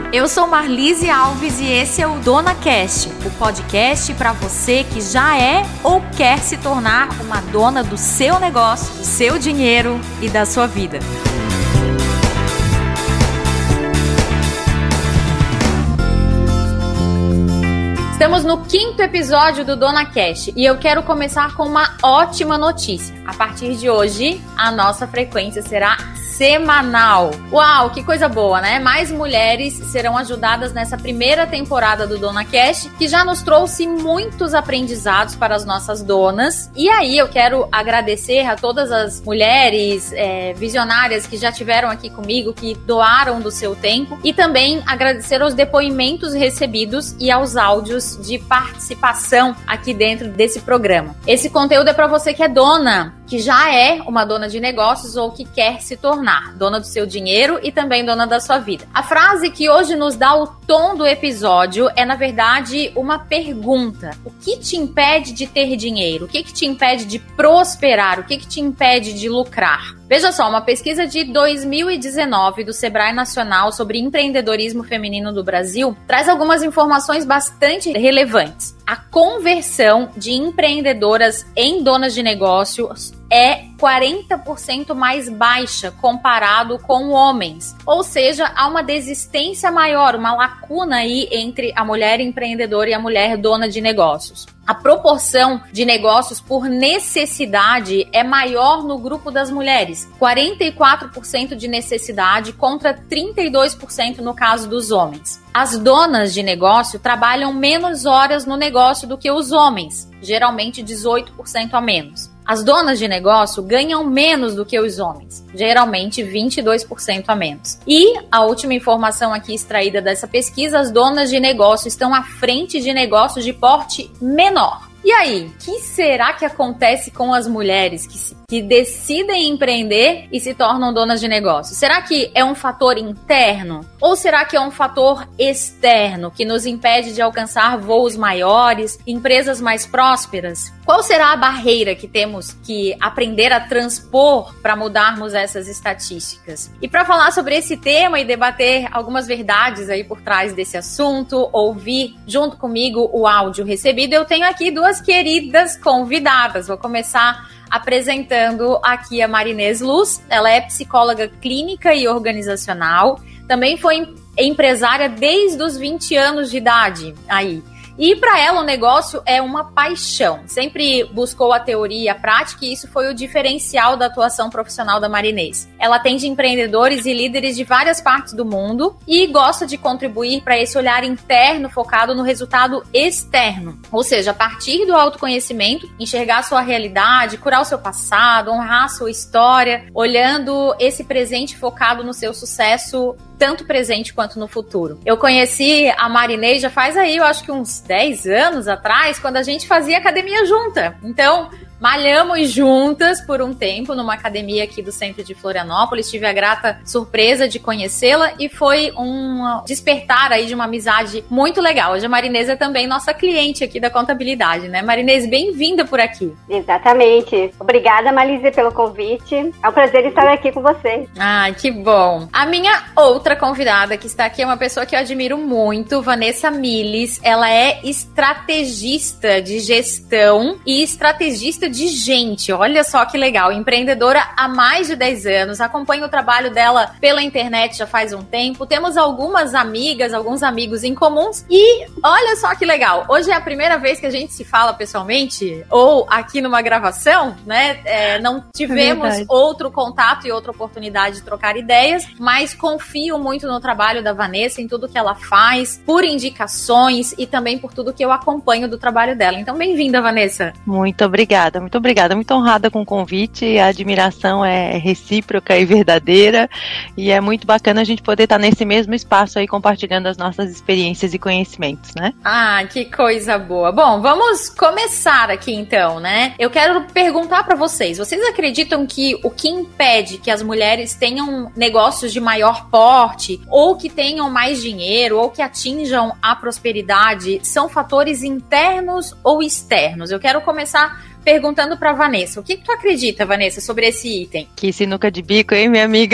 Eu sou Marlise Alves e esse é o DonaCast, o podcast para você que já é ou quer se tornar uma dona do seu negócio, do seu dinheiro e da sua vida. Estamos no 5º episódio do DonaCast e eu quero começar com uma ótima notícia. A partir de hoje, a nossa frequência será semanal. Uau, que coisa boa, né? Mais mulheres serão ajudadas nessa primeira temporada do DonaCast, que já nos trouxe muitos aprendizados para as nossas donas. E aí eu quero agradecer a todas as mulheres visionárias que já estiveram aqui comigo, que doaram do seu tempo, e também agradecer aos depoimentos recebidos e aos áudios de participação aqui dentro desse programa. Esse conteúdo é para você que é dona, que já é uma dona de negócios ou que quer se tornar dona do seu dinheiro e também dona da sua vida. A frase que hoje nos dá o tom do episódio é, na verdade, uma pergunta. O que te impede de ter dinheiro? O que te impede de prosperar? O que te impede de lucrar? Veja só, uma pesquisa de 2019 do Sebrae Nacional sobre empreendedorismo feminino do Brasil traz algumas informações bastante relevantes. A conversão de empreendedoras em donas de negócios é 40% mais baixa comparado com homens. Ou seja, há uma desistência maior, uma lacuna aí entre a mulher empreendedora e a mulher dona de negócios. A proporção de negócios por necessidade é maior no grupo das mulheres, 44% de necessidade contra 32% no caso dos homens. As donas de negócio trabalham menos horas no negócio do que os homens, geralmente 18% a menos. As donas de negócio ganham menos do que os homens, geralmente 22% a menos. E a última informação aqui extraída dessa pesquisa, as donas de negócio estão à frente de negócios de porte menor. E aí, o que será que acontece com as mulheres que decidem empreender e se tornam donas de negócio? Será que é um fator interno? Ou será que é um fator externo que nos impede de alcançar voos maiores, empresas mais prósperas? Qual será a barreira que temos que aprender a transpor para mudarmos essas estatísticas? E para falar sobre esse tema e debater algumas verdades aí por trás desse assunto, ouvir junto comigo o áudio recebido, eu tenho aqui duas queridas convidadas. Vou começar apresentando aqui a Marinês Luz. Ela é psicóloga clínica e organizacional. Também foi empresária desde os 20 anos de idade aí. E para ela o negócio é uma paixão. Sempre buscou a teoria e a prática e isso foi o diferencial da atuação profissional da Marinês. Ela atende empreendedores e líderes de várias partes do mundo e gosta de contribuir para esse olhar interno focado no resultado externo. Ou seja, a partir do autoconhecimento, enxergar a sua realidade, curar o seu passado, honrar a sua história, olhando esse presente focado no seu sucesso, tanto presente quanto no futuro. Eu conheci a Marinês já faz aí, eu acho que uns 10 anos atrás, quando a gente fazia academia junta. Então, malhamos juntas por um tempo numa academia aqui do centro de Florianópolis. Tive a grata surpresa de conhecê-la e foi um despertar aí de uma amizade muito legal. Hoje a Marinês é também nossa cliente aqui da contabilidade, né? Marinês, bem-vinda por aqui. Exatamente. Obrigada, Marlise, pelo convite. É um prazer estar aqui com você. Ah, que bom. A minha outra convidada que está aqui é uma pessoa que eu admiro muito, Vanessa Miles. Ela é estrategista de gestão e estrategista de gente. Olha só que legal. Empreendedora há mais de 10 anos. Acompanho o trabalho dela pela internet já faz um tempo. Temos algumas amigas, alguns amigos em comuns. E olha só que legal. Hoje é a primeira vez que a gente se fala pessoalmente ou aqui numa gravação, né? Não tivemos outro contato e outra oportunidade de trocar ideias, mas confio muito no trabalho da Vanessa, em tudo que ela faz, por indicações e também por tudo que eu acompanho do trabalho dela. Então, bem-vinda, Vanessa. Muito obrigada. Muito obrigada, muito honrada com o convite, a admiração é recíproca e verdadeira e é muito bacana a gente poder estar nesse mesmo espaço aí compartilhando as nossas experiências e conhecimentos, né? Ah, que coisa boa. Bom, vamos começar aqui então, né? Eu quero perguntar para vocês acreditam que o que impede que as mulheres tenham negócios de maior porte ou que tenham mais dinheiro ou que atinjam a prosperidade são fatores internos ou externos? Eu quero começar perguntando para Vanessa. O que tu acredita, Vanessa, sobre esse item? Que sinuca de bico, hein, minha amiga?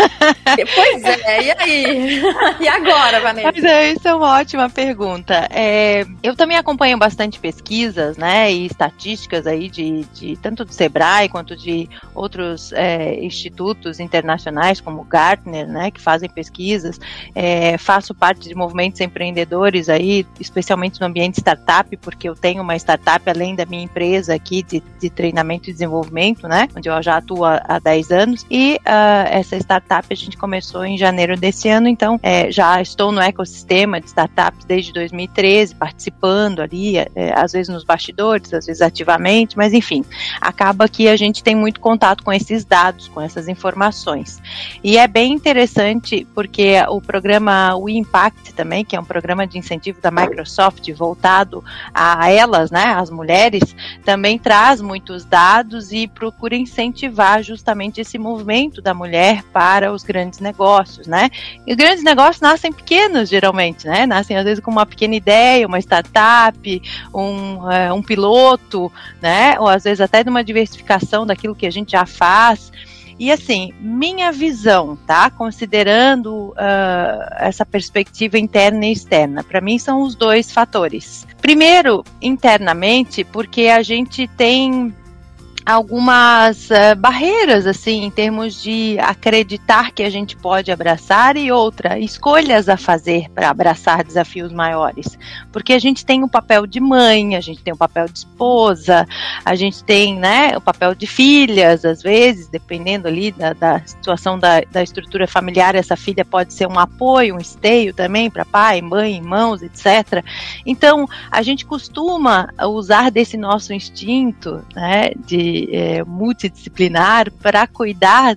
Pois é, e aí? E agora, Vanessa? Pois é, isso é uma ótima pergunta. Eu também acompanho bastante pesquisas, né, e estatísticas aí de tanto do Sebrae quanto de outros institutos internacionais, como o Gartner, né, que fazem pesquisas. Faço parte de movimentos empreendedores aí, especialmente no ambiente startup, porque eu tenho uma startup além da minha empresa aqui de treinamento e desenvolvimento, né, onde eu já atuo há 10 anos, e essa startup a gente começou em janeiro desse ano, então já estou no ecossistema de startups desde 2013, participando ali, às vezes nos bastidores, às vezes ativamente, mas enfim, acaba que a gente tem muito contato com esses dados, com essas informações. E é bem interessante porque o programa We Impact também, que é um programa de incentivo da Microsoft voltado a elas, né, as mulheres, também traz muitos dados e procura incentivar justamente esse movimento da mulher para os grandes negócios, né? E os grandes negócios nascem pequenos, geralmente, né? Nascem às vezes com uma pequena ideia, uma startup, um piloto, né? Ou às vezes até de uma diversificação daquilo que a gente já faz. E assim, minha visão, tá? Considerando essa perspectiva interna e externa, para mim são os dois fatores. Primeiro, internamente, porque a gente tem algumas barreiras, assim, em termos de acreditar que a gente pode abraçar, e outra, escolhas a fazer para abraçar desafios maiores, porque a gente tem o papel de mãe, a gente tem o papel de esposa, a gente tem, né, o papel de filhas, às vezes, dependendo ali da situação da estrutura familiar, essa filha pode ser um apoio, um esteio também para pai, mãe, irmãos, etc. Então, a gente costuma usar desse nosso instinto, né, de multidisciplinar para cuidar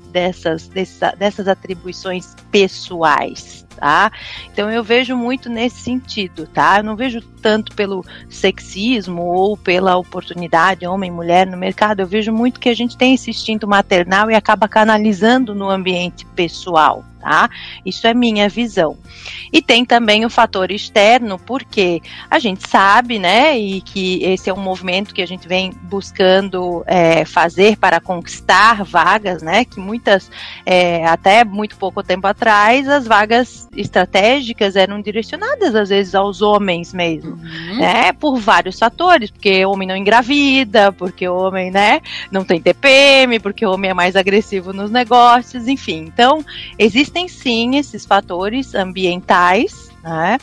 dessas atribuições pessoais, tá? Então eu vejo muito nesse sentido, tá? Eu não vejo tanto pelo sexismo ou pela oportunidade homem e mulher no mercado, eu vejo muito que a gente tem esse instinto maternal e acaba canalizando no ambiente pessoal, tá? Isso é minha visão. E tem também o fator externo, porque a gente sabe, né, e que esse é um movimento que a gente vem buscando fazer para conquistar vagas, né, que muitas, até muito pouco tempo atrás, as vagas estratégicas eram direcionadas às vezes aos homens mesmo, né, por vários fatores, porque o homem não engravida, porque o homem, né, não tem TPM, porque o homem é mais agressivo nos negócios, enfim. Então, existem sim esses fatores ambientais, né?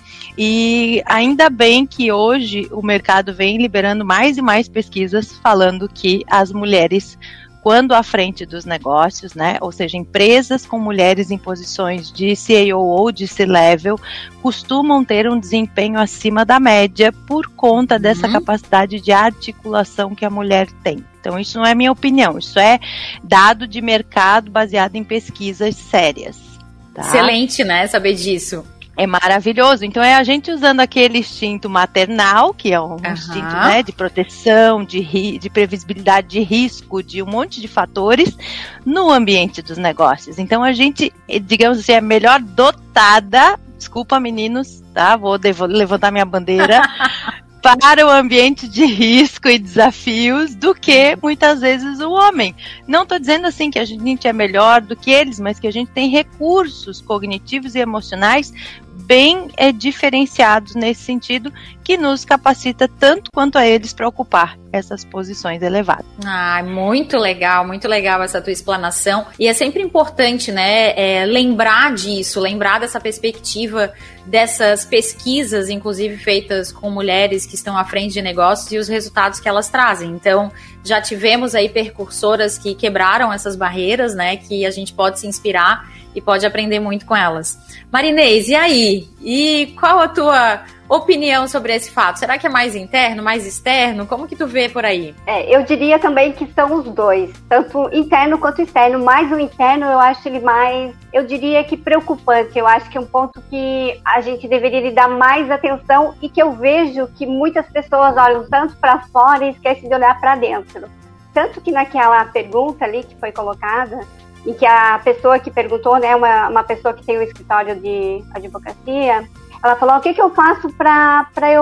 E ainda bem que hoje o mercado vem liberando mais e mais pesquisas falando que as mulheres, quando à frente dos negócios, né, ou seja, empresas com mulheres em posições de CEO ou de C-level, costumam ter um desempenho acima da média por conta dessa capacidade de articulação que a mulher tem. Então, isso não é minha opinião, isso é dado de mercado baseado em pesquisas sérias. Tá? Excelente, né, saber disso. É maravilhoso. Então é a gente usando aquele instinto maternal, que é um instinto, né, de proteção, de previsibilidade de risco, de um monte de fatores no ambiente dos negócios. Então a gente, digamos assim, é melhor dotada, desculpa meninos, tá? Vou levantar minha bandeira, para o ambiente de risco e desafios do que muitas vezes o homem. Não estou dizendo assim que a gente é melhor do que eles, mas que a gente tem recursos cognitivos e emocionais bem diferenciados nesse sentido, que nos capacita tanto quanto a eles para ocupar essas posições elevadas. Muito legal essa tua explanação. E é sempre importante, né, lembrar disso, lembrar dessa perspectiva, dessas pesquisas, inclusive feitas com mulheres que estão à frente de negócios e os resultados que elas trazem. Então, já tivemos aí percursoras que quebraram essas barreiras, né, que a gente pode se inspirar e pode aprender muito com elas. Marinês, e aí? E qual a tua opinião sobre esse fato? Será que é mais interno, mais externo? Como que tu vê por aí? Eu diria também que são os dois, tanto interno quanto externo, mas o interno eu acho ele mais, eu diria que preocupante, eu acho que é um ponto que a gente deveria lhe dar mais atenção e que eu vejo que muitas pessoas olham tanto para fora e esquecem de olhar para dentro. Tanto que naquela pergunta ali que foi colocada, em que a pessoa que perguntou, né, uma pessoa que tem um escritório de advocacia, ela falou, o que eu faço para eu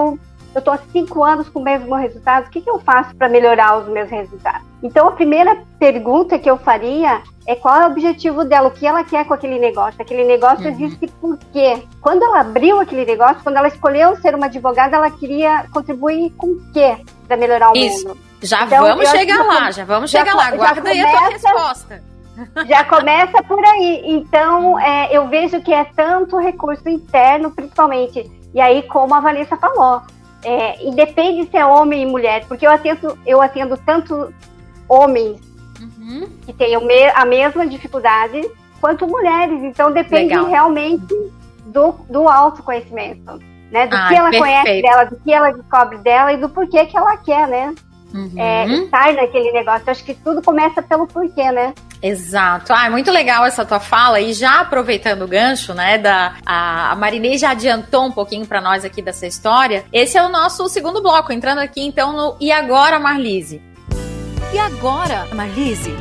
eu estou há 5 anos com o mesmo resultado, o que eu faço para melhorar os meus resultados? Então, a primeira pergunta que eu faria é qual é o objetivo dela, o que ela quer com aquele negócio. Aquele negócio existe por quê? Quando ela abriu aquele negócio, quando ela escolheu ser uma advogada, ela queria contribuir com o quê para melhorar o mundo? Já vamos chegar lá, aguarda aí a tua resposta. Já começa por aí. Então, eu vejo que é tanto recurso interno, principalmente. E aí, como a Vanessa falou, independe se é homem e mulher, porque eu atendo tanto homens que têm a mesma dificuldade quanto mulheres. Então, depende realmente do autoconhecimento, né? Do que ela conhece dela, do que ela descobre dela e do porquê que ela quer, né? Estar naquele negócio. Eu acho que tudo começa pelo porquê, né? Exato. Muito legal essa tua fala. E já aproveitando o gancho, né, a Marinês já adiantou um pouquinho para nós aqui dessa história. Esse é o nosso segundo bloco, entrando aqui então no E Agora, Marlise? E agora, Marlise?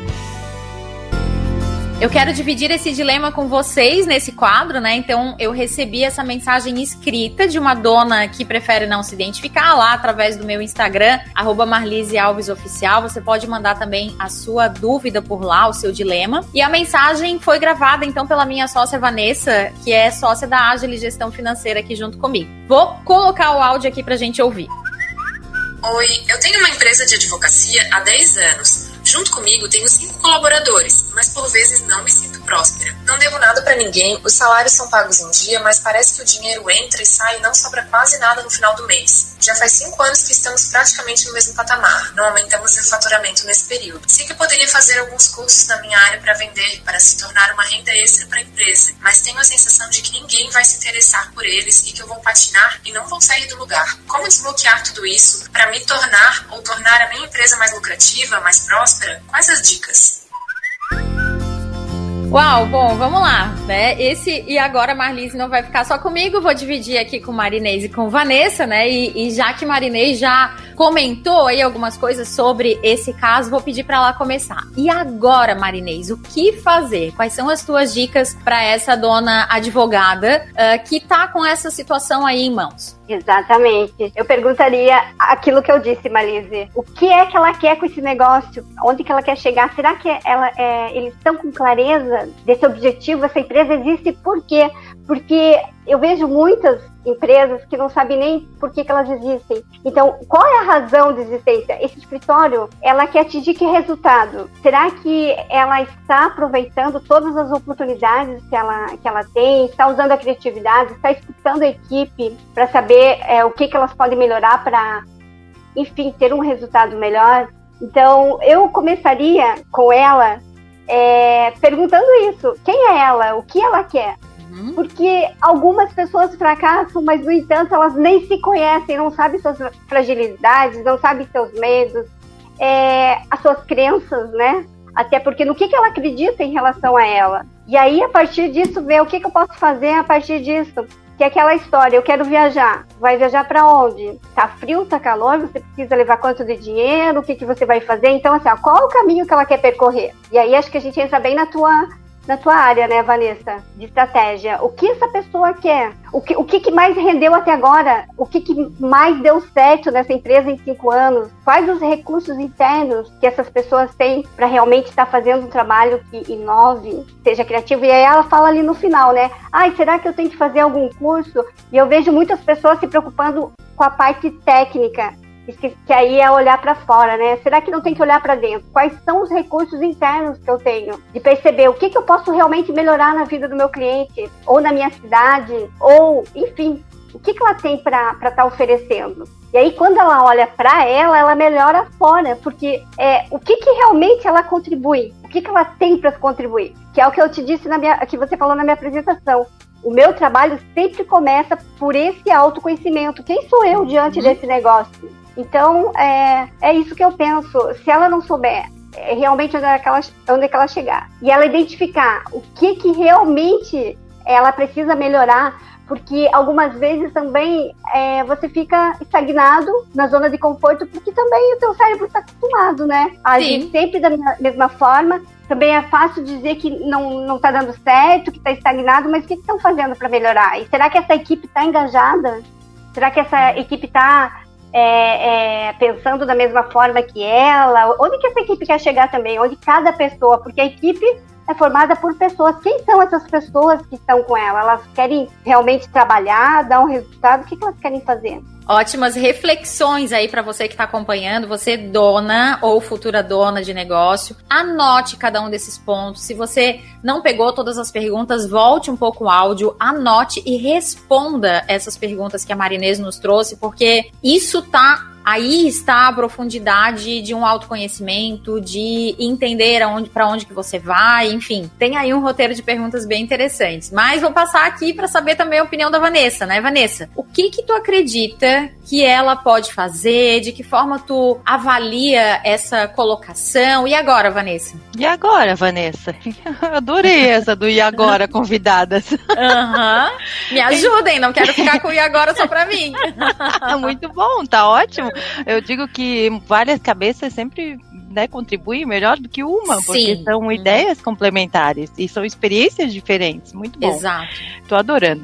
Eu quero dividir esse dilema com vocês nesse quadro, né? Então, eu recebi essa mensagem escrita de uma dona que prefere não se identificar lá através do meu Instagram, @MarliseAlvesOficial. Você pode mandar também a sua dúvida por lá, o seu dilema. E a mensagem foi gravada, então, pela minha sócia Vanessa, que é sócia da Agile Gestão Financeira aqui junto comigo. Vou colocar o áudio aqui pra gente ouvir. Oi, eu tenho uma empresa de advocacia há 10 anos. Junto comigo tenho 5 colaboradores, mas por vezes não me sinto próspera. Não devo nada pra ninguém, os salários são pagos em dia, mas parece que o dinheiro entra e sai e não sobra quase nada no final do mês. Já faz 5 anos que estamos praticamente no mesmo patamar, não aumentamos o faturamento nesse período. Sei que eu poderia fazer alguns cursos na minha área para vender, para se tornar uma renda extra para a empresa, mas tenho a sensação de que ninguém vai se interessar por eles e que eu vou patinar e não vou sair do lugar. Como desbloquear tudo isso para me tornar ou tornar a minha empresa mais lucrativa, mais próspera? Quais as dicas? Uau, bom, vamos lá, né? E agora a Marlise não vai ficar só comigo, vou dividir aqui com Marinês e com Vanessa, né? E já que Marinês já comentou aí algumas coisas sobre esse caso, vou pedir para ela começar. E agora, Marinês, o que fazer? Quais são as tuas dicas para essa dona advogada que tá com essa situação aí em mãos? Exatamente. Eu perguntaria aquilo que eu disse, Marlise. O que é que ela quer com esse negócio? Onde que ela quer chegar? Será que eles estão com clareza desse objetivo? Essa empresa existe por quê? Porque eu vejo muitas empresas que não sabem nem por que elas existem. Então, qual é a razão de existência? Esse escritório, ela quer atingir que resultado? Será que ela está aproveitando todas as oportunidades que ela tem? Está usando a criatividade? Está escutando a equipe para saber o que elas podem melhorar para, enfim, ter um resultado melhor? Então, eu começaria com ela perguntando isso. Quem é ela? O que ela quer? Porque algumas pessoas fracassam, mas, no entanto, elas nem se conhecem, não sabem suas fragilidades, não sabem seus medos, as suas crenças, né? Até porque no que ela acredita em relação a ela. E aí, a partir disso, ver o que eu posso fazer a partir disso. Que é aquela história, eu quero viajar. Vai viajar para onde? Tá frio, tá calor, você precisa levar quanto de dinheiro, o que você vai fazer? Então, assim, qual é o caminho que ela quer percorrer? E aí, acho que a gente entra bem na tua área, né, Vanessa, de estratégia. O que essa pessoa quer? O que mais rendeu até agora? O que mais deu certo nessa empresa em 5 anos? Quais os recursos internos que essas pessoas têm para realmente estar fazendo um trabalho que inove, seja criativo? E aí ela fala ali no final, né? Será que eu tenho que fazer algum curso? E eu vejo muitas pessoas se preocupando com a parte técnica, que aí é olhar para fora, né? Será que não tem que olhar para dentro? Quais são os recursos internos que eu tenho? De perceber o que eu posso realmente melhorar na vida do meu cliente, ou na minha cidade, ou, enfim, o que ela tem para estar oferecendo? E aí, quando ela olha para ela melhora fora, porque o que realmente ela contribui? O que ela tem para contribuir? Que é o que eu te disse que você falou na minha apresentação. O meu trabalho sempre começa por esse autoconhecimento. Quem sou eu diante desse negócio? Então, é isso que eu penso. Se ela não souber realmente onde é que ela chegar, e ela identificar o que realmente ela precisa melhorar, porque algumas vezes também você fica estagnado na zona de conforto, porque também o teu cérebro está acostumado, né? A agir sempre da mesma forma. Também é fácil dizer que não está dando certo, que está estagnado, mas o que estão fazendo para melhorar? E será que essa equipe está engajada? Será que essa equipe está pensando da mesma forma que ela? Onde que essa equipe quer chegar também? Onde cada pessoa, porque a equipe é formada por pessoas. Quem são essas pessoas que estão com ela? Elas querem realmente trabalhar, dar um resultado? O que elas querem fazer? Ótimas reflexões aí para você que está acompanhando, você dona ou futura dona de negócio. Anote cada um desses pontos. Se você não pegou todas as perguntas, volte um pouco o áudio, anote e responda essas perguntas que a Marinês nos trouxe, porque isso aí está a profundidade de um autoconhecimento, de entender para onde que você vai, enfim. Tem aí um roteiro de perguntas bem interessantes. Mas vou passar aqui para saber também a opinião da Vanessa, né, Vanessa? O que tu acredita que ela pode fazer? De que forma tu avalia essa colocação? E agora, Vanessa? E agora, Vanessa? Adorei essa do e agora, convidadas. Me ajudem, não quero ficar com o e agora só pra mim. Muito bom, tá ótimo. Eu digo que várias cabeças sempre, né, contribuem melhor do que uma, porque Sim. São ideias complementares e são experiências diferentes. Muito bom. Exato. Tô adorando.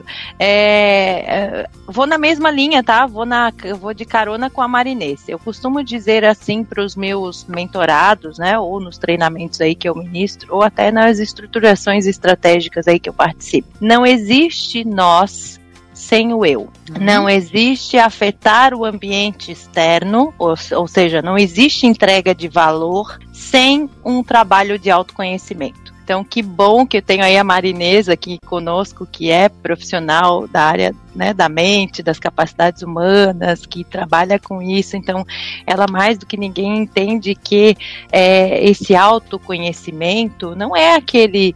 Vou na mesma linha, tá? Vou de carona com a Marinês. Eu costumo dizer assim para os meus mentorados, né, ou nos treinamentos aí que eu ministro, ou até nas estruturações estratégicas aí que eu participo. Não existe nós sem o eu. Não existe afetar o ambiente externo, ou seja, não existe entrega de valor sem um trabalho de autoconhecimento. Então, que bom que eu tenho aí a Marinês aqui conosco, que é profissional da área, né, da mente, das capacidades humanas, que trabalha com isso. Então, ela mais do que ninguém entende que esse autoconhecimento não é aquele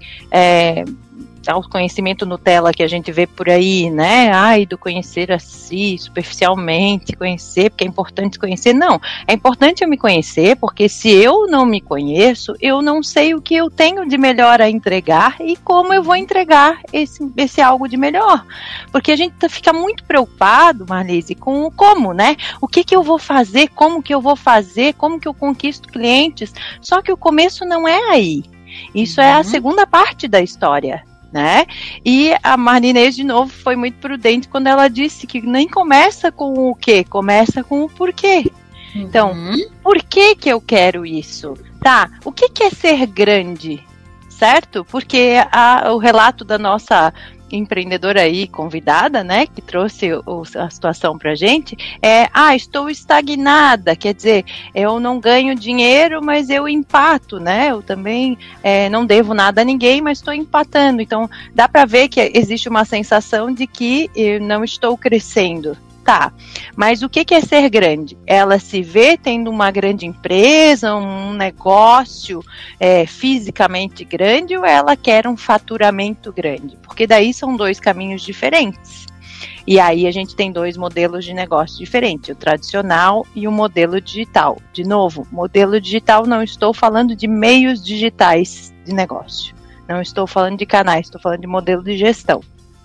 autoconhecimento Nutella que a gente vê por aí, né? Do conhecer a si, superficialmente, conhecer, porque é importante conhecer. Não, é importante eu me conhecer, porque se eu não me conheço, eu não sei o que eu tenho de melhor a entregar e como eu vou entregar esse algo de melhor. Porque a gente fica muito preocupado, Marlise, com o como, né? O que eu vou fazer, como que eu vou fazer, como que eu conquisto clientes. Só que o começo não é aí. Isso é a segunda parte da história, né? E a Marinês, de novo, foi muito prudente quando ela disse que nem começa com o quê, começa com o porquê. Então, por que eu quero isso? Tá, o que é ser grande? Certo? Porque o relato da nossa empreendedora aí, convidada, né, que trouxe a situação pra gente, estou estagnada, quer dizer, eu não ganho dinheiro, mas eu empato, né, eu também não devo nada a ninguém, mas estou empatando, então dá pra ver que existe uma sensação de que eu não estou crescendo. Tá, mas o que é ser grande? Ela se vê tendo uma grande empresa, um negócio fisicamente grande, ou ela quer um faturamento grande? Porque daí são dois caminhos diferentes. E aí a gente tem dois modelos de negócio diferentes, o tradicional e o modelo digital. De novo, modelo digital, não estou falando de meios digitais de negócio. Não estou falando de canais, estou falando de modelo de gestão.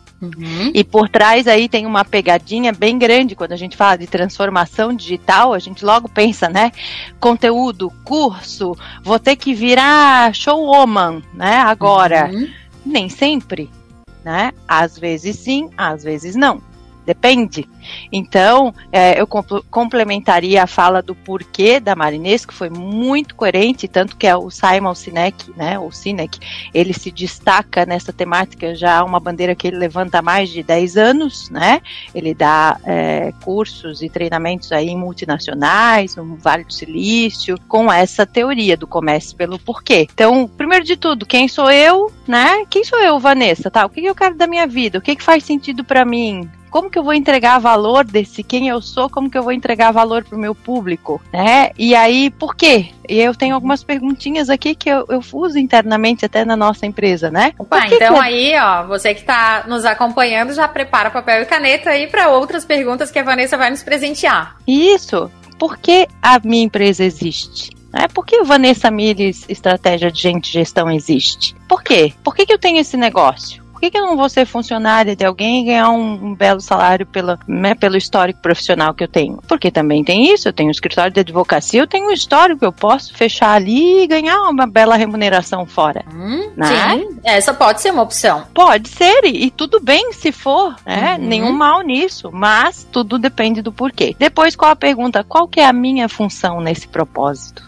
E por trás aí tem uma pegadinha bem grande. Quando a gente fala de transformação digital, a gente logo pensa, né, conteúdo, curso, vou ter que virar showwoman, né, agora. Nem sempre, né, às vezes sim, às vezes não. Depende. Então, eu complementaria a fala do porquê da Marinês, que foi muito coerente, tanto que é o Simon Sinek, né, o Sinek, ele se destaca nessa temática, já uma bandeira que ele levanta há mais de 10 anos, né, ele dá cursos e treinamentos aí em multinacionais, no Vale do Silício, com essa teoria do comece pelo porquê. Então, primeiro de tudo, quem sou eu, né, quem sou eu, Vanessa, tá? O que eu quero da minha vida? O que faz sentido para mim? Como que eu vou entregar valor desse quem eu sou? Como que eu vou entregar valor para o meu público? Né? E aí, por quê? E eu tenho algumas perguntinhas aqui que eu uso internamente até na nossa empresa, né? Opa, então aí, ó, você que está nos acompanhando, já prepara papel e caneta aí para outras perguntas que a Vanessa vai nos presentear. Isso. Por que a minha empresa existe? Por que Vanessa Mires Estratégia de Gente e Gestão existe? Por quê? Por que eu tenho esse negócio? Por que eu não vou ser funcionária de alguém e ganhar um belo salário pelo histórico profissional que eu tenho? Porque também tem isso, eu tenho um escritório de advocacia, eu tenho um histórico, eu posso fechar ali e ganhar uma bela remuneração fora. Né? Sim, essa pode ser uma opção. Pode ser, e tudo bem se for, né? Nenhum mal nisso, mas tudo depende do porquê. Depois, qual a pergunta? Qual que é a minha função nesse propósito?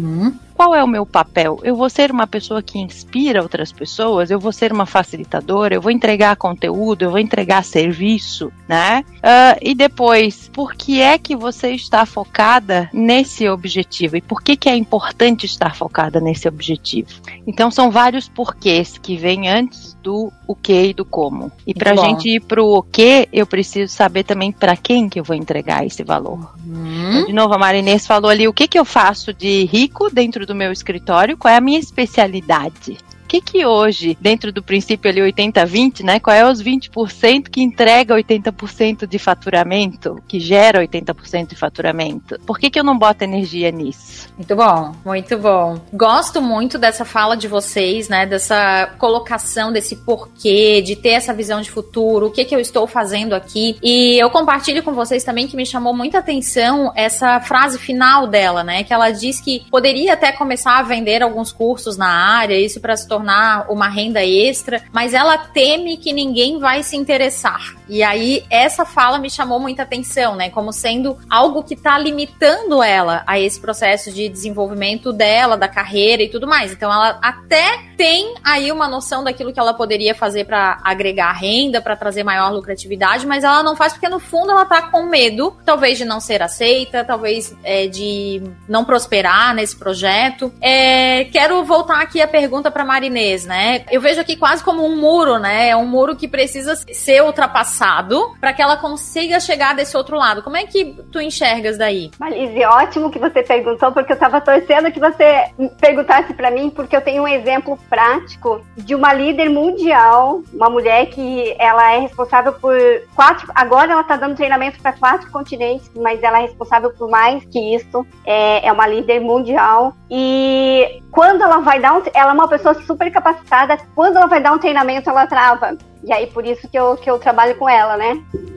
Qual é o meu papel? Eu vou ser uma pessoa que inspira outras pessoas? Eu vou ser uma facilitadora? Eu vou entregar conteúdo? Eu vou entregar serviço? Né? E depois, por que é que você está focada nesse objetivo? E por que é importante estar focada nesse objetivo? Então, são vários porquês que vêm antes do o que e do como. E pra gente ir pro o que, eu preciso saber também pra quem que eu vou entregar esse valor. Então, de novo, a Marinês falou ali, o que eu faço de rico dentro do meu escritório, qual é a minha especialidade? O que hoje, dentro do princípio ali 80-20, né, qual é os 20% que entrega 80% de faturamento, que gera 80% de faturamento? Por que eu não boto energia nisso? Muito bom, muito bom. Gosto muito dessa fala de vocês, né, dessa colocação, desse porquê, de ter essa visão de futuro, o que eu estou fazendo aqui. E eu compartilho com vocês também que me chamou muita atenção essa frase final dela, né, que ela diz que poderia até começar a vender alguns cursos na área, isso para se tornar uma renda extra, mas ela teme que ninguém vai se interessar. E aí, essa fala me chamou muita atenção, né? Como sendo algo que tá limitando ela a esse processo de desenvolvimento dela, da carreira e tudo mais. Então, ela até tem aí uma noção daquilo que ela poderia fazer para agregar renda, para trazer maior lucratividade, mas ela não faz porque, no fundo, ela tá com medo, talvez de não ser aceita, talvez de não prosperar nesse projeto. Quero voltar aqui a pergunta para Marinês, né? Eu vejo aqui quase como um muro, né? É um muro que precisa ser ultrapassado para que ela consiga chegar desse outro lado. Como é que tu enxergas daí? Malise, ótimo que você perguntou, porque eu estava torcendo que você perguntasse para mim, porque eu tenho um exemplo prático de uma líder mundial, uma mulher que ela é responsável por 4, agora ela está dando treinamento para 4 continentes, mas ela é responsável por mais que isso, é uma líder mundial, e quando ela vai dar ela é uma pessoa super capacitada, quando ela vai dar um treinamento ela trava. E aí, por isso que eu trabalho com ela, né?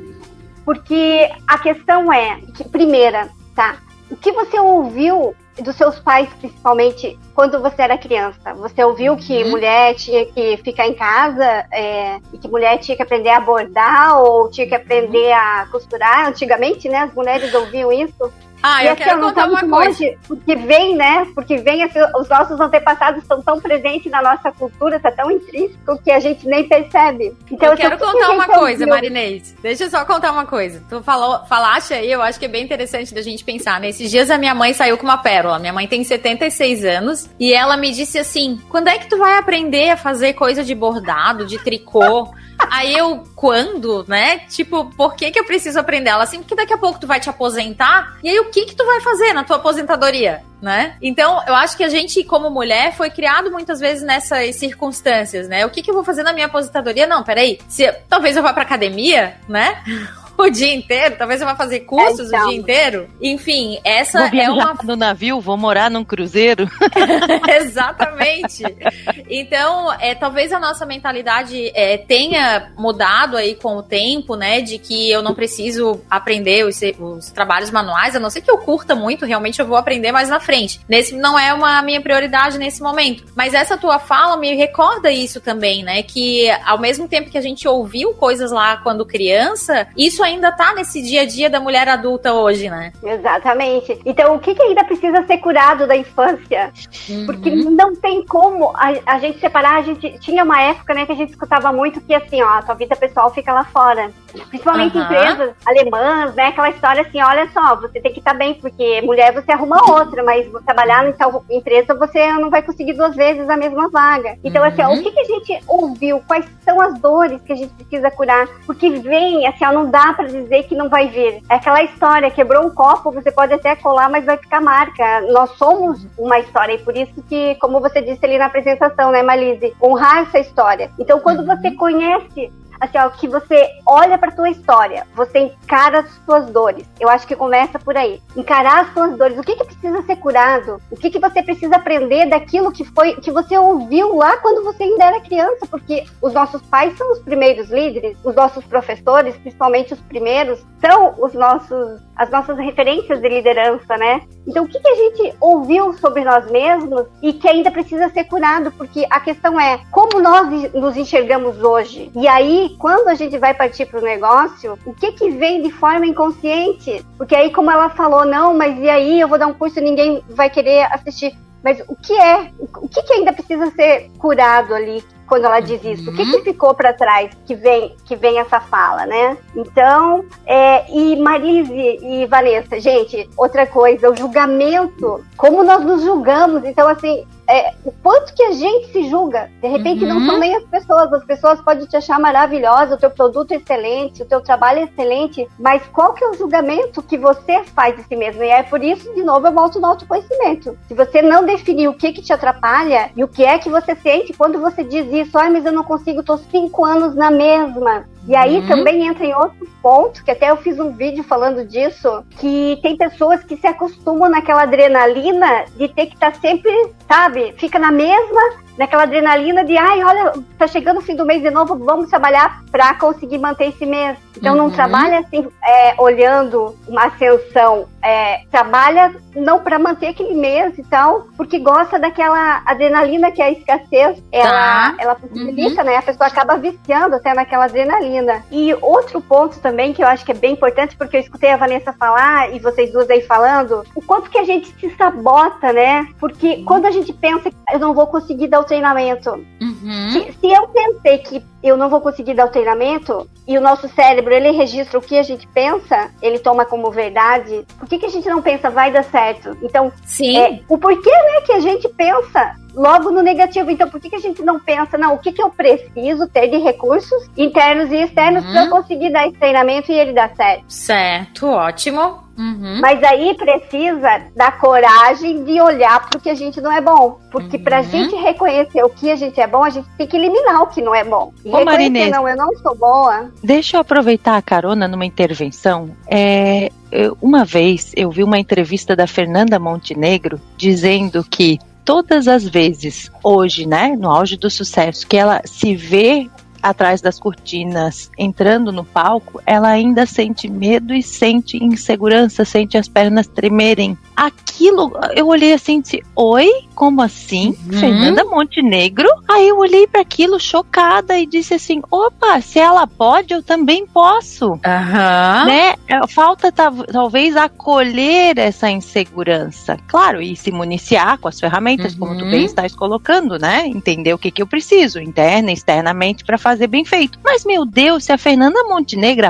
Porque a questão é, primeira, tá? O que você ouviu dos seus pais, principalmente, quando você era criança? Você ouviu que mulher tinha que ficar em casa, e que mulher tinha que aprender a bordar, ou tinha que aprender a costurar? Antigamente, né? As mulheres ouviam isso. E eu quero contar uma coisa. Porque vem, né? Porque vem, assim, os nossos antepassados estão tão presentes na nossa cultura, tá tão intrínseco que a gente nem percebe. Então, eu quero contar uma coisa, Marinês. Deixa eu só contar uma coisa. Tu falaste aí, eu acho que é bem interessante da gente pensar. Nesses dias a minha mãe saiu com uma pérola. Minha mãe tem 76 anos e ela me disse assim: quando é que tu vai aprender a fazer coisa de bordado, de tricô? Aí eu, quando, né? Tipo, por que eu preciso aprender? Ela assim, porque daqui a pouco tu vai te aposentar, e aí o que tu vai fazer na tua aposentadoria, né? Então, eu acho que a gente, como mulher, foi criado muitas vezes nessas circunstâncias, né? O que eu vou fazer na minha aposentadoria? Não, peraí, talvez eu vá pra academia, né? O dia inteiro, talvez eu vá fazer cursos o dia inteiro. Enfim, essa vou viajar no navio, vou morar num cruzeiro. Exatamente. Então, talvez a nossa mentalidade tenha mudado aí com o tempo, né? De que eu não preciso aprender os trabalhos manuais, a não ser que eu curta muito, realmente eu vou aprender mais na frente. Não é a minha prioridade nesse momento. Mas essa tua fala me recorda isso também, né? Que ao mesmo tempo que a gente ouviu coisas lá quando criança, isso ainda tá nesse dia a dia da mulher adulta hoje, né? Exatamente. Então, o que ainda precisa ser curado da infância? Porque não tem como a gente separar. A gente tinha uma época, né, que a gente escutava muito que assim, ó, a tua vida pessoal fica lá fora. Principalmente empresas alemãs, né? Aquela história assim, olha só, você tem que estar bem, porque mulher você arruma outra, mas trabalhar em tal empresa você não vai conseguir 2 vezes a mesma vaga. Então, assim, ó, o que a gente ouviu? Quais são as dores que a gente precisa curar? Porque vem, assim, ó, não dá pra dizer que não vai vir. É aquela história, quebrou um copo, você pode até colar, mas vai ficar marca. Nós somos uma história, e por isso que, como você disse ali na apresentação, né, Malise, honrar essa história. Então, quando você conhece assim, ó, que você olha pra tua história, você encara as suas dores. Eu acho que começa por aí. Encarar as suas dores. O que precisa ser curado? O que você precisa aprender daquilo que você ouviu lá quando você ainda era criança? Porque os nossos pais são os primeiros líderes, os nossos professores, principalmente os primeiros, são as nossas referências de liderança, né? Então, o que a gente ouviu sobre nós mesmos e que ainda precisa ser curado? Porque a questão é como nós nos enxergamos hoje. E aí, quando a gente vai partir para o negócio, o que vem de forma inconsciente? Porque aí, como ela falou, não, mas e aí eu vou dar um curso e ninguém vai querer assistir. Mas o que ainda precisa ser curado ali quando ela diz isso? O que ficou para trás que vem essa fala, né? Então, e Marise e Vanessa, gente, outra coisa, o julgamento, como nós nos julgamos. Então, assim, o quanto que a gente se julga. De repente, não são nem as pessoas podem te achar maravilhosa, o teu produto é excelente, o teu trabalho é excelente, mas qual que é o julgamento que você faz de si mesmo? E é por isso, de novo, eu volto no autoconhecimento. Se você não definir o que te atrapalha e o que é que você sente quando você diz isso, mas eu não consigo, tô 5 anos na mesma. E aí também entra em outro ponto, que até eu fiz um vídeo falando disso, que tem pessoas que se acostumam naquela adrenalina de ter que estar sempre, sabe, fica naquela adrenalina de, olha, tá chegando o fim do mês de novo, vamos trabalhar pra conseguir manter esse mês. Então não trabalha assim, olhando uma ascensão, trabalha não pra manter aquele mês e tal, porque gosta daquela adrenalina que a escassez, ela possibilita, né? A pessoa acaba viciando até naquela adrenalina. E outro ponto também que eu acho que é bem importante, porque eu escutei a Vanessa falar e vocês duas aí falando, o quanto que a gente se sabota, né? Porque quando a gente pensa que eu não vou conseguir dar o treinamento, se eu pensei que eu não vou conseguir dar o treinamento e o nosso cérebro, ele registra o que a gente pensa, ele toma como verdade, por que a gente não pensa vai dar certo? Então, o porquê, né, que a gente pensa logo no negativo. Então, por que a gente não pensa, não, o que eu preciso ter de recursos internos e externos para eu conseguir dar esse treinamento e ele dar certo? Certo, ótimo. Mas aí precisa da coragem de olhar pro que a gente não é bom. Porque pra gente reconhecer o que a gente é bom, a gente tem que eliminar o que não é bom. E reconhecer, Marinês, não, eu não sou boa. Deixa eu aproveitar a carona numa intervenção. Uma vez eu vi uma entrevista da Fernanda Montenegro dizendo que todas as vezes, hoje, né, no auge do sucesso, que ela se vê atrás das cortinas, entrando no palco, ela ainda sente medo e sente insegurança, sente as pernas tremerem. Aquilo, eu olhei assim e disse, oi? Como assim? Fernanda Montenegro? Aí eu olhei para aquilo chocada e disse assim, opa, se ela pode, eu também posso. Né? Falta talvez acolher essa insegurança. Claro, e se municiar com as ferramentas, como tu bem estás colocando, né? Entender o que eu preciso, interna e externamente, para fazer bem feito. Mas, meu Deus, se a Fernanda Montenegro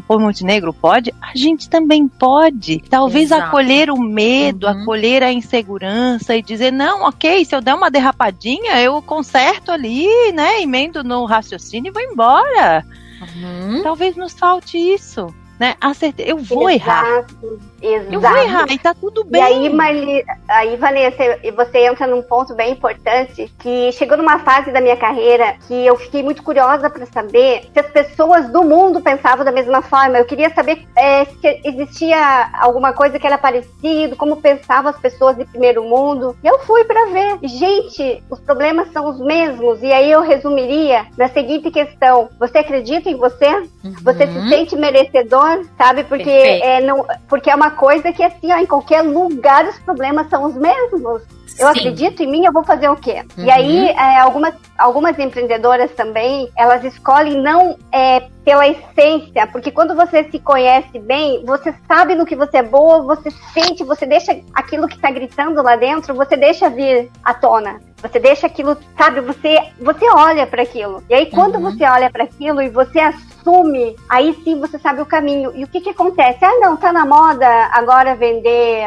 pode, a gente também pode. Talvez acolher o medo, acolher a insegurança e dizer, não, ok, se eu der uma derrapadinha, eu conserto ali, né, emendo no raciocínio e vou embora. Talvez nos falte isso, né? Eu vou errar. Exato. Eu vou errar e tá tudo bem. E aí, Vanessa, você entra num ponto bem importante, que chegou numa fase da minha carreira que eu fiquei muito curiosa para saber se as pessoas do mundo pensavam da mesma forma. Eu queria saber se existia alguma coisa que era parecido, como pensavam as pessoas de primeiro mundo. E eu fui para ver. Gente, os problemas são os mesmos. E aí eu resumiria na seguinte questão: você acredita em você? Você se sente merecedor? Sabe? Porque é uma coisa que, assim, ó, em qualquer lugar os problemas são os mesmos. Eu acredito em mim, eu vou fazer o quê? E aí, algumas empreendedoras também, elas escolhem não pela essência, porque quando você se conhece bem, você sabe no que você é boa, você sente, você deixa aquilo que tá gritando lá dentro, você deixa vir à tona. Você deixa aquilo, sabe, você olha para aquilo. E aí, quando você olha para aquilo e você assume, aí sim você sabe o caminho. E o que acontece? Não, tá na moda agora vender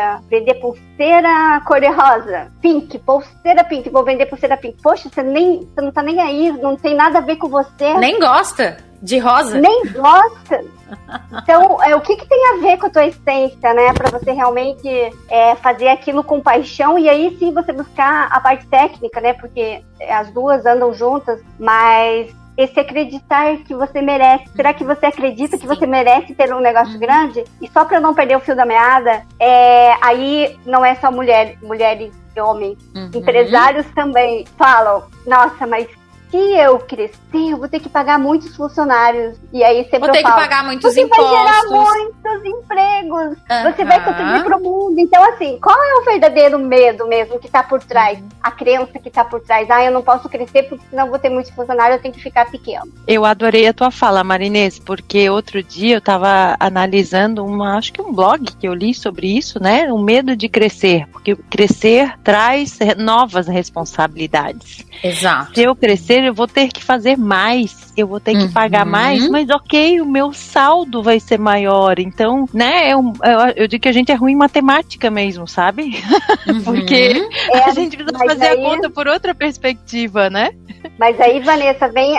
pulseira cor-de-rosa. Pulseira pink, vou vender pulseira pink. Poxa, você não tá nem aí, não tem nada a ver com você. Nem gosta de rosa. Nem gosta. Então, o que tem a ver com a tua essência, né? Pra você realmente fazer aquilo com paixão e aí sim você buscar a parte técnica, né? Porque as duas andam juntas, mas esse acreditar que você merece. Será que você acredita que você merece ter um negócio grande? E só para eu não perder o fio da meada, aí não é só mulheres e homens. Empresários também falam, nossa, mas se eu crescer, eu vou ter que pagar muitos funcionários. E aí você vou ter que pagar muitos impostos. Vai gerar muitos empregos. Você vai contribuir para o mundo. Então, assim, qual é o verdadeiro medo mesmo que está por trás? A crença que está por trás. Eu não posso crescer porque senão vou ter muitos funcionários, eu tenho que ficar pequeno. Eu adorei a tua fala, Marinês, porque outro dia eu estava analisando acho que um blog que eu li sobre isso, né? O medo de crescer, porque crescer traz novas responsabilidades. Exato. Se eu crescer, eu vou ter que fazer mais, eu vou ter que pagar mais, mas ok, o meu saldo vai ser maior. Então, né, eu digo que a gente é ruim em matemática mesmo, sabe? Porque a gente precisa fazer a conta por outra perspectiva, né? Mas aí, Vanessa, vem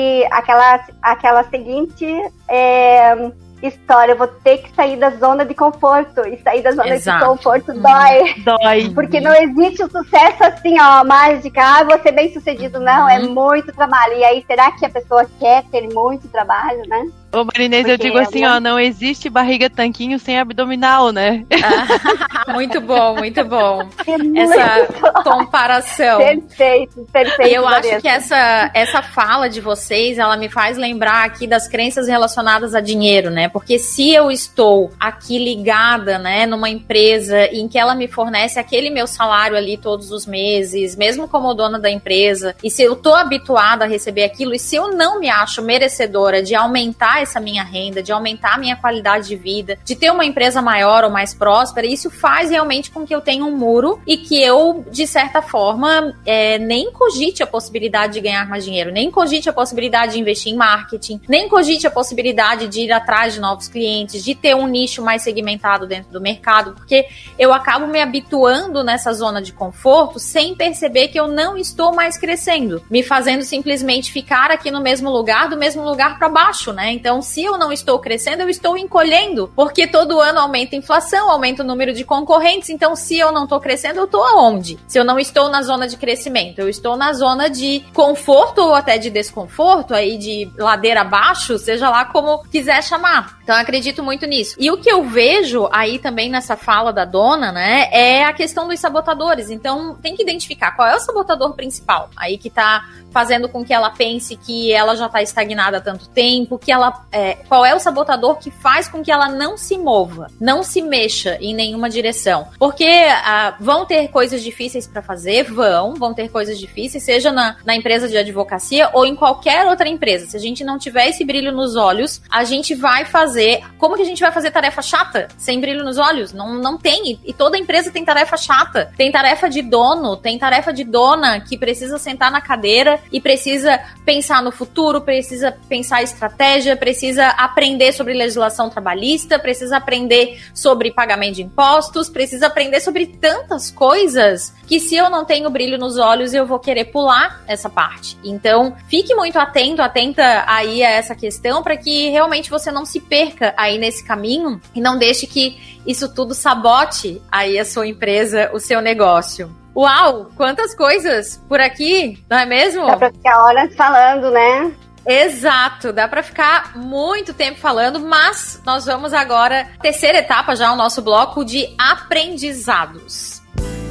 aquela seguinte história, eu vou ter que sair da zona de conforto, e sair da zona de conforto dói. Porque não existe o sucesso assim, mágica, vou ser bem sucedido, não, é muito trabalho. E aí, será que a pessoa quer ter muito trabalho, né? Ô, Marinês, eu digo assim, não existe barriga tanquinho sem abdominal, né? Muito bom, muito bom. Essa comparação. Perfeito. E eu acho que essa fala de vocês, ela me faz lembrar aqui das crenças relacionadas a dinheiro, né? Porque se eu estou aqui ligada, né, numa empresa em que ela me fornece aquele meu salário ali todos os meses, mesmo como dona da empresa, e se eu tô habituada a receber aquilo, e se eu não me acho merecedora de aumentar essa minha renda, de aumentar a minha qualidade de vida, de ter uma empresa maior ou mais próspera, isso faz realmente com que eu tenha um muro e que eu, de certa forma, nem cogite a possibilidade de ganhar mais dinheiro, nem cogite a possibilidade de investir em marketing, nem cogite a possibilidade de ir atrás de novos clientes, de ter um nicho mais segmentado dentro do mercado, porque eu acabo me habituando nessa zona de conforto sem perceber que eu não estou mais crescendo, me fazendo simplesmente ficar aqui no mesmo lugar, do mesmo lugar para baixo, né? Então, se eu não estou crescendo, eu estou encolhendo, porque todo ano aumenta a inflação, aumenta o número de concorrentes. Então, se eu não estou crescendo, eu estou aonde? Se eu não estou na zona de crescimento, eu estou na zona de conforto ou até de desconforto, aí de ladeira abaixo, seja lá como quiser chamar. Então, eu acredito muito nisso. E o que eu vejo aí também nessa fala da dona, né, é a questão dos sabotadores. Então, tem que identificar qual é o sabotador principal aí que tá fazendo com que ela pense que ela já tá estagnada há tanto tempo, que ela qual é o sabotador que faz com que ela não se mova, não se mexa em nenhuma direção. Porque vão ter coisas difíceis para fazer, vão ter coisas difíceis, seja na empresa de advocacia ou em qualquer outra empresa. Se a gente não tiver esse brilho nos olhos, a gente vai fazer... Como que a gente vai fazer tarefa chata sem brilho nos olhos? Não tem. E toda empresa tem tarefa chata. Tem tarefa de dono, tem tarefa de dona que precisa sentar na cadeira e precisa pensar no futuro, precisa pensar estratégia, precisa aprender sobre legislação trabalhista, precisa aprender sobre pagamento de impostos, precisa aprender sobre tantas coisas que se eu não tenho brilho nos olhos, eu vou querer pular essa parte. Então, fique muito atenta aí a essa questão para que realmente você não se perca aí nesse caminho e não deixe que isso tudo sabote aí a sua empresa, o seu negócio. Uau, quantas coisas por aqui, não é mesmo? Dá pra ficar horas falando, né? Exato, dá pra ficar muito tempo falando, mas nós vamos agora, terceira etapa já, o nosso bloco de aprendizados.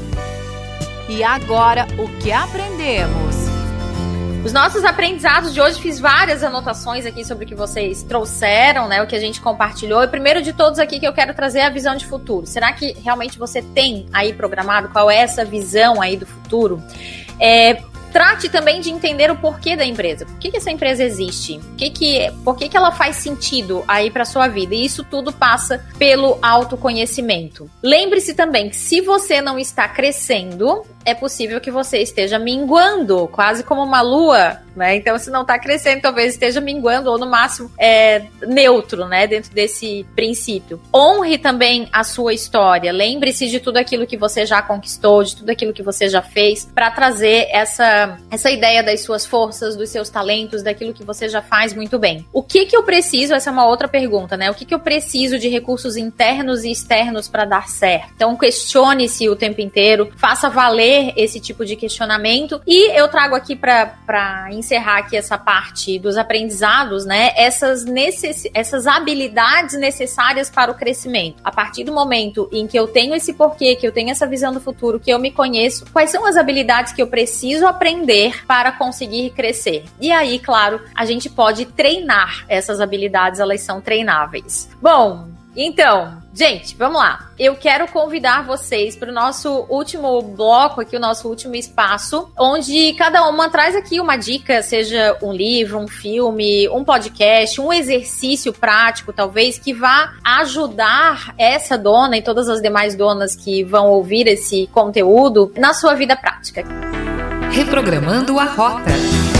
E agora, o que aprendemos? Os nossos aprendizados de hoje, fiz várias anotações aqui sobre o que vocês trouxeram, né, o que a gente compartilhou. E o primeiro de todos aqui que eu quero trazer é a visão de futuro. Será que realmente você tem aí programado qual é essa visão aí do futuro? Trate também de entender o porquê da empresa. Por que essa empresa existe? Por que ela faz sentido aí para sua vida? E isso tudo passa pelo autoconhecimento. Lembre-se também que se você não está crescendo, é possível que você esteja minguando, quase como uma lua, né? Então, se não está crescendo, talvez esteja minguando, ou no máximo neutro, né? Dentro desse princípio. Honre também a sua história. Lembre-se de tudo aquilo que você já conquistou, de tudo aquilo que você já fez, para trazer essa ideia das suas forças, dos seus talentos, daquilo que você já faz muito bem. O que eu preciso? Essa é uma outra pergunta, né? O que eu preciso de recursos internos e externos para dar certo? Então, questione-se o tempo inteiro, faça valer ter esse tipo de questionamento. E eu trago aqui para encerrar aqui essa parte dos aprendizados, né? Essas habilidades necessárias para o crescimento. A partir do momento em que eu tenho esse porquê, que eu tenho essa visão do futuro, que eu me conheço, quais são as habilidades que eu preciso aprender para conseguir crescer? E aí, claro, a gente pode treinar essas habilidades, elas são treináveis. Bom, então, gente, vamos lá. Eu quero convidar vocês para o nosso último bloco aqui, o nosso último espaço, onde cada uma traz aqui uma dica, seja um livro, um filme, um podcast, um exercício prático, talvez, que vá ajudar essa dona e todas as demais donas que vão ouvir esse conteúdo na sua vida prática. Reprogramando a Rota.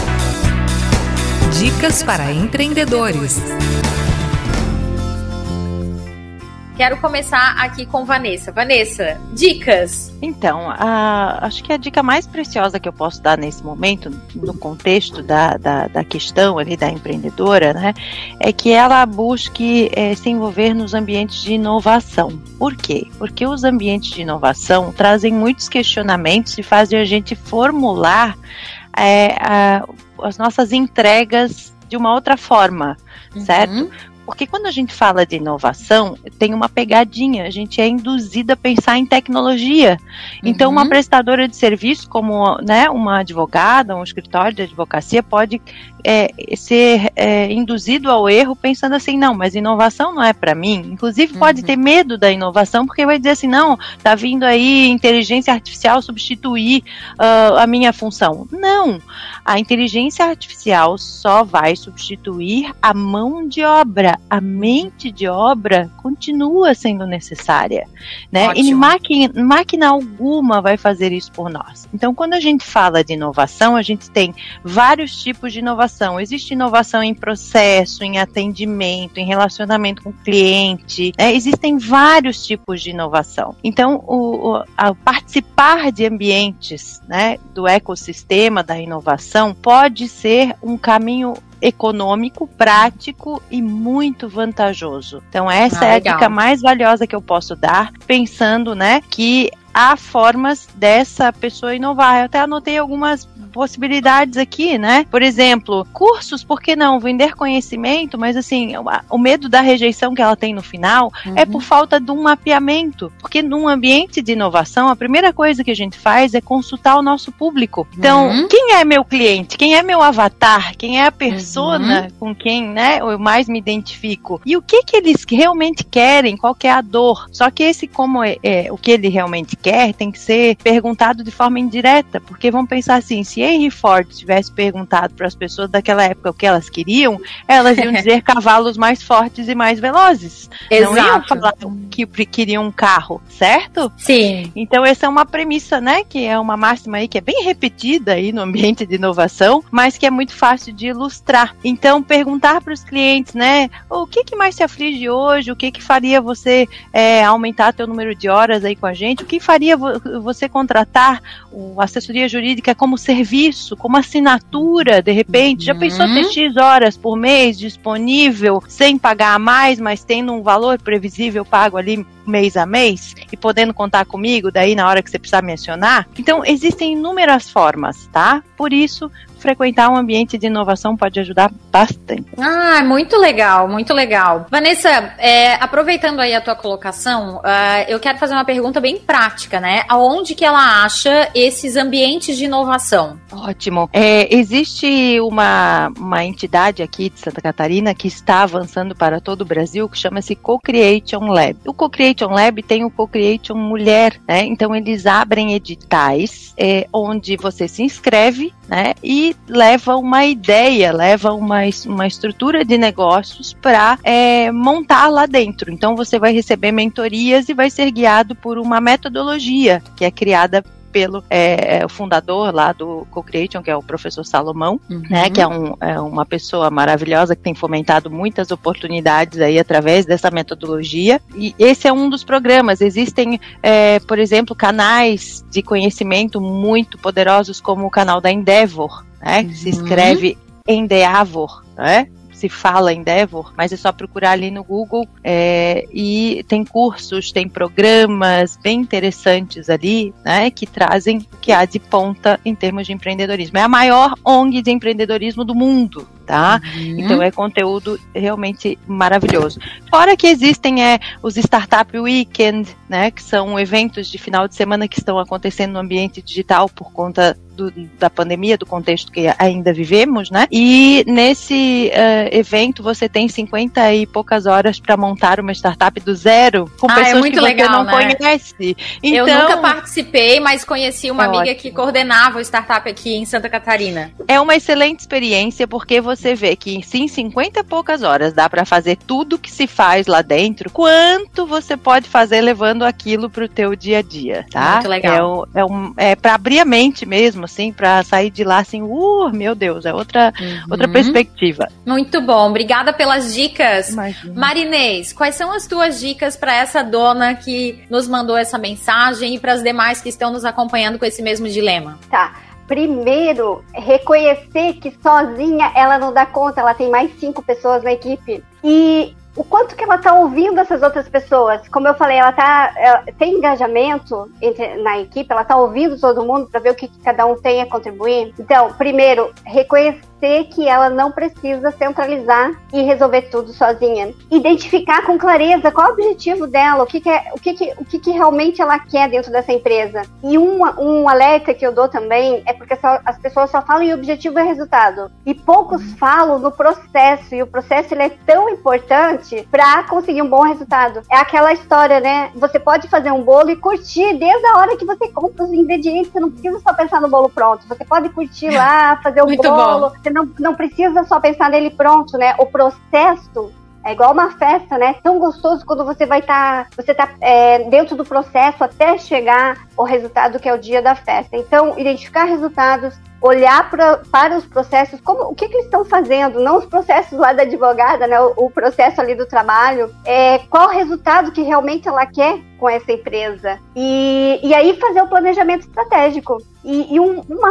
Dicas para empreendedores. Quero começar aqui com Vanessa. Vanessa, dicas? Então, acho que a dica mais preciosa que eu posso dar nesse momento, no contexto da questão ali da empreendedora, né, é que ela busque se envolver nos ambientes de inovação. Por quê? Porque os ambientes de inovação trazem muitos questionamentos e fazem a gente formular as nossas entregas de uma outra forma, certo? Porque quando a gente fala de inovação, tem uma pegadinha, a gente é induzida a pensar em tecnologia. Então, uma prestadora de serviço, como, né, uma advogada, um escritório de advocacia, pode ser induzido ao erro pensando assim, não, mas inovação não é para mim. Inclusive, pode ter medo da inovação, porque vai dizer assim, não, tá vindo aí inteligência artificial substituir a minha função. Não, a inteligência artificial só vai substituir a mão de obra. A mente de obra continua sendo necessária, né? E máquina alguma vai fazer isso por nós. Então, quando a gente fala de inovação, a gente tem vários tipos de inovação. Existe inovação em processo, em atendimento, em relacionamento com o cliente, né? Existem vários tipos de inovação. Então, ao participar de ambientes, né, do ecossistema da inovação pode ser um caminho econômico, prático e muito vantajoso. Então essa é a dica mais valiosa que eu posso dar, pensando, né, que há formas dessa pessoa inovar. Eu até anotei algumas possibilidades aqui, né? Por exemplo, cursos, por que não? Vender conhecimento, mas assim, o medo da rejeição que ela tem no final é por falta de um mapeamento, porque num ambiente de inovação, a primeira coisa que a gente faz é consultar o nosso público. Então, quem é meu cliente? Quem é meu avatar? Quem é a persona com quem, né, eu mais me identifico? E o que eles realmente querem? Qual que é a dor? Só que o que ele realmente quer tem que ser perguntado de forma indireta, porque vão pensar assim, se Henry Ford tivesse perguntado para as pessoas daquela época o que elas queriam, elas iam dizer cavalos mais fortes e mais velozes. Exato. Não iam falar que queriam um carro, certo? Sim. Então essa é uma premissa, né, que é uma máxima aí que é bem repetida aí no ambiente de inovação, mas que é muito fácil de ilustrar. Então perguntar para os clientes, né, o que mais te aflige hoje, o que faria você aumentar teu número de horas aí com a gente, o que faria você contratar a assessoria jurídica como serviço, como assinatura, de repente, já pensou ter X horas por mês disponível, sem pagar a mais, mas tendo um valor previsível pago ali mês a mês, e podendo contar comigo daí na hora que você precisar mencionar? Então, existem inúmeras formas, tá? Por isso, frequentar um ambiente de inovação pode ajudar bastante. Ah, muito legal, muito legal. Vanessa, aproveitando aí a tua colocação, eu quero fazer uma pergunta bem prática, né? Aonde que ela acha esses ambientes de inovação? Ótimo. Existe uma entidade aqui de Santa Catarina que está avançando para todo o Brasil, que chama-se Co-Creation Lab. O Co-Creation Lab tem o Co-Creation Mulher, né? Então eles abrem editais onde você se inscreve, né, e leva uma ideia, leva uma estrutura de negócios para montar lá dentro. Então você vai receber mentorias e vai ser guiado por uma metodologia que é criada pelo o fundador lá do Co-Creation, que é o professor Salomão, né, que é uma pessoa maravilhosa que tem fomentado muitas oportunidades aí através dessa metodologia. E esse é um dos programas. Existem, por exemplo, canais de conhecimento muito poderosos, como o canal da Endeavor, né, que se escreve Endeavor, né? se fala Endeavor, mas é só procurar ali no Google, e tem cursos, tem programas bem interessantes ali, né, que trazem o que há de ponta em termos de empreendedorismo. É a maior ONG de empreendedorismo do mundo, tá? Então é conteúdo realmente maravilhoso. Fora que existem os Startup Weekend, né, que são eventos de final de semana que estão acontecendo no ambiente digital por conta da pandemia, do contexto que ainda vivemos, né? E nesse evento você tem 50 e poucas horas para montar uma startup do zero com pessoas que você não conhece. Então, eu nunca participei, mas conheci uma amiga que coordenava o startup aqui em Santa Catarina. É uma excelente experiência porque você vê que em 50 e poucas horas dá para fazer tudo que se faz lá dentro, quanto você pode fazer levando aquilo para o teu dia a dia, tá? Muito legal. É para abrir a mente mesmo, assim, para sair de lá assim, meu Deus, é outra perspectiva. Muito bom, obrigada pelas dicas. Imagina. Marinês, quais são as tuas dicas para essa dona que nos mandou essa mensagem e para as demais que estão nos acompanhando com esse mesmo dilema? Tá. Primeiro, reconhecer que sozinha ela não dá conta, ela tem mais 5 pessoas na equipe. E o quanto que ela está ouvindo essas outras pessoas. Como eu falei, ela tem engajamento na equipe, ela está ouvindo todo mundo para ver o que cada um tem a contribuir. Então, primeiro, reconhecer que ela não precisa centralizar e resolver tudo sozinha. Identificar com clareza qual é o objetivo dela, o que realmente ela quer dentro dessa empresa. E um alerta que eu dou também é porque as pessoas só falam em objetivo e resultado. E poucos falam no processo, e o processo ele é tão importante para conseguir um bom resultado. É aquela história, né? Você pode fazer um bolo e curtir desde a hora que você compra os ingredientes. Você não precisa só pensar no bolo pronto. Você pode curtir lá, fazer um bolo. Você não precisa só pensar nele pronto, né? O processo é igual uma festa, né? Tão gostoso quando você tá dentro do processo até chegar ao resultado que é o dia da festa. Então, identificar resultados, olhar para os processos, o que eles estão fazendo, não os processos lá da advogada, né? O processo ali do trabalho, qual o resultado que realmente ela quer com essa empresa. E aí fazer o planejamento estratégico. E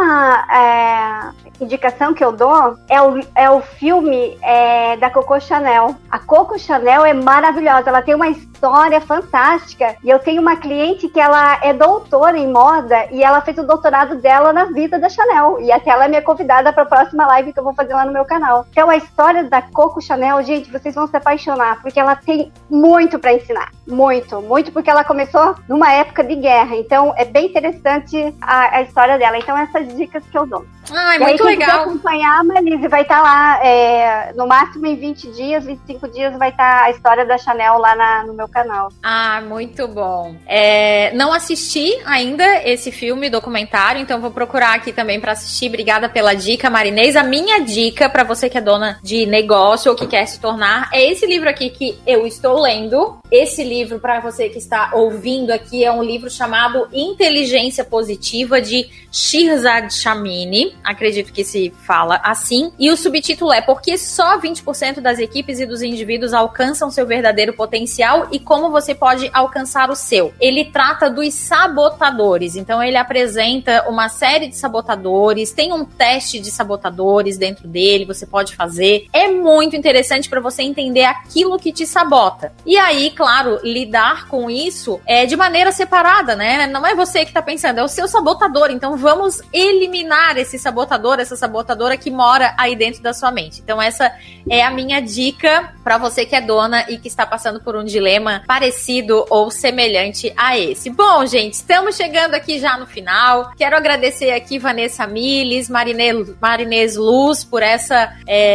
uma indicação que eu dou é o filme da Coco Chanel. A Coco Chanel é maravilhosa, ela tem uma história fantástica. E eu tenho uma cliente que ela é doutora em moda e ela fez o doutorado dela na vida da Chanel. E até ela é minha convidada para a próxima live que eu vou fazer lá no meu canal. Então a história da Coco Chanel, gente, vocês vão se apaixonar, porque ela tem muito para ensinar. Muito, muito, porque ela começou numa época de guerra. Então é bem interessante a história dela. Então essas dicas que eu dou. Ai, muito legal. Quem quiser acompanhar, a Marlise vai estar lá, no máximo em 20 dias, 25 dias vai estar a história da Chanel lá no meu canal. Ah, muito bom. Não assisti ainda esse filme, documentário, então vou procurar aqui também para assistir. Obrigada pela dica, Marinês. A minha dica para você que é dona de negócio ou que quer se tornar é esse livro aqui que eu estou lendo. Esse livro, para você que está ouvindo aqui, é um livro chamado Inteligência Positiva, de Shirzad Chamine. Acredito que se fala assim. E o subtítulo é Por que só 20% das equipes e dos indivíduos alcançam seu verdadeiro potencial e como você pode alcançar o seu. Ele trata dos sabotadores. Então ele apresenta uma série de sabotadores, tem um teste de sabotadores dentro dele, você pode fazer. É muito interessante para você entender aquilo que te sabota. E aí, claro, lidar com isso de maneira separada, né? Não é você que tá pensando, é o seu sabotador. Então vamos eliminar esse sabotador, essa sabotadora que mora aí dentro da sua mente. Então essa é a minha dica para você que é dona e que está passando por um dilema parecido ou semelhante a esse. Bom, gente, estamos chegando aqui já no final. Quero agradecer aqui Vanessa Miles, Marinês Luz por essa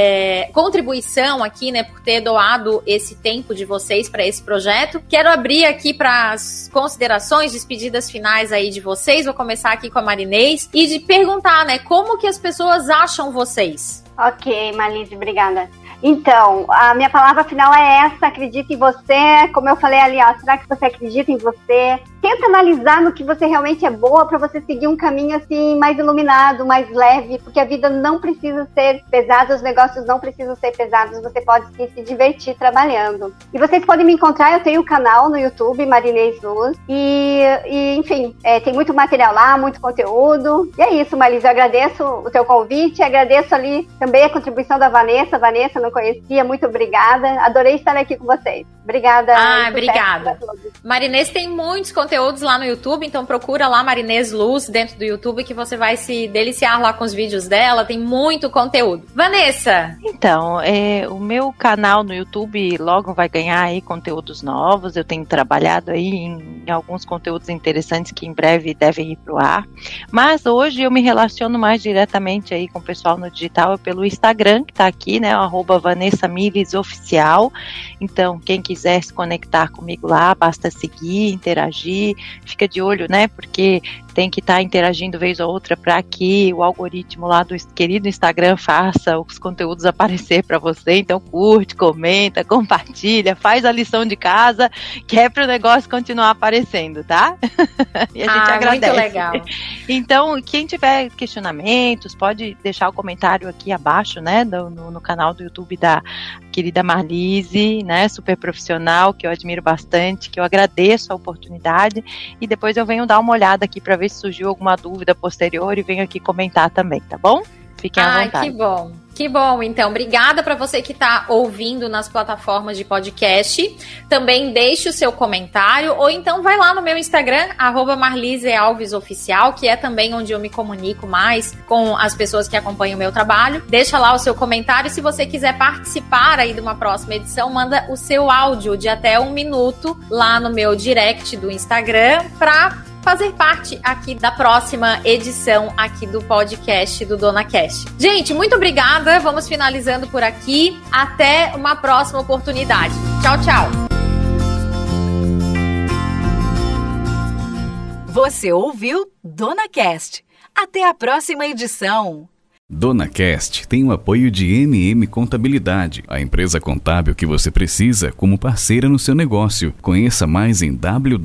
contribuição aqui, né, por ter doado esse tempo de vocês para esse projeto. Quero abrir aqui para as considerações, despedidas finais aí de vocês. Vou começar aqui com a Marinês e de perguntar, né, como que as pessoas acham vocês? Ok, Marlise, obrigada. Então, a minha palavra final é essa: acredite em você. Como eu falei ali, será que você acredita em você? tenta analisar no que você realmente é boa para você seguir um caminho assim mais iluminado, mais leve, porque a vida não precisa ser pesada, os negócios não precisam ser pesados, você pode sim se divertir trabalhando. E vocês podem me encontrar, eu tenho um canal no YouTube, Marinês Luz, e enfim, tem muito material lá, muito conteúdo. E é isso, Marlise, eu agradeço o teu convite, agradeço ali também a contribuição da Vanessa. Vanessa, não conhecia, muito obrigada. Adorei estar aqui com vocês. Obrigada. Obrigada. Marinês tem muitos conteúdos lá no YouTube, então procura lá Marinês Luz dentro do YouTube que você vai se deliciar lá com os vídeos dela, tem muito conteúdo. Vanessa! Então, o meu canal no YouTube logo vai ganhar aí conteúdos novos, eu tenho trabalhado aí em alguns conteúdos interessantes que em breve devem ir pro ar, mas hoje eu me relaciono mais diretamente aí com o pessoal no digital pelo Instagram, que tá aqui, né, @VanessaMilles_oficial. Então, quem quiser se conectar comigo lá, basta seguir, interagir, fica de olho, né, porque tem que estar interagindo vez ou outra para que o algoritmo lá do querido Instagram faça os conteúdos aparecer para você. Então curte, comenta, compartilha, faz a lição de casa, que é para o negócio continuar aparecendo, tá? E a gente agradece. Muito legal. Então, quem tiver questionamentos, pode deixar o comentário aqui abaixo, né, no canal do YouTube da querida Marlise, né, super profissional, que eu admiro bastante, que eu agradeço a oportunidade, e depois eu venho dar uma olhada aqui para ver se surgiu alguma dúvida posterior e venho aqui comentar também, tá bom? Fiquem à vontade. Que bom. Que bom, então. Obrigada para você que está ouvindo nas plataformas de podcast. Também deixe o seu comentário, ou então vai lá no meu Instagram, @MarliseAlvesOficial, que é também onde eu me comunico mais com as pessoas que acompanham o meu trabalho. Deixa lá o seu comentário. Se você quiser participar aí de uma próxima edição, manda o seu áudio de até 1 minuto lá no meu direct do Instagram para fazer parte aqui da próxima edição aqui do podcast do DonaCast. Gente, muito obrigada. Vamos finalizando por aqui. Até uma próxima oportunidade. Tchau, tchau. Você ouviu DonaCast. Até a próxima edição. DonaCast tem o apoio de MM Contabilidade, a empresa contábil que você precisa como parceira no seu negócio. Conheça mais em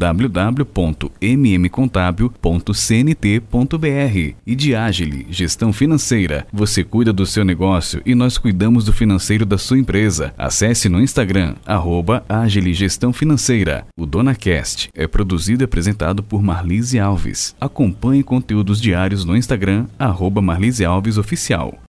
www.mmcontabil.cnt.br. E de Agile, gestão financeira. Você cuida do seu negócio e nós cuidamos do financeiro da sua empresa. Acesse no Instagram, @Agile Gestão Financeira. O DonaCast é produzido e apresentado por Marlise Alves. Acompanhe conteúdos diários no Instagram, @MarliseAlvesOficial.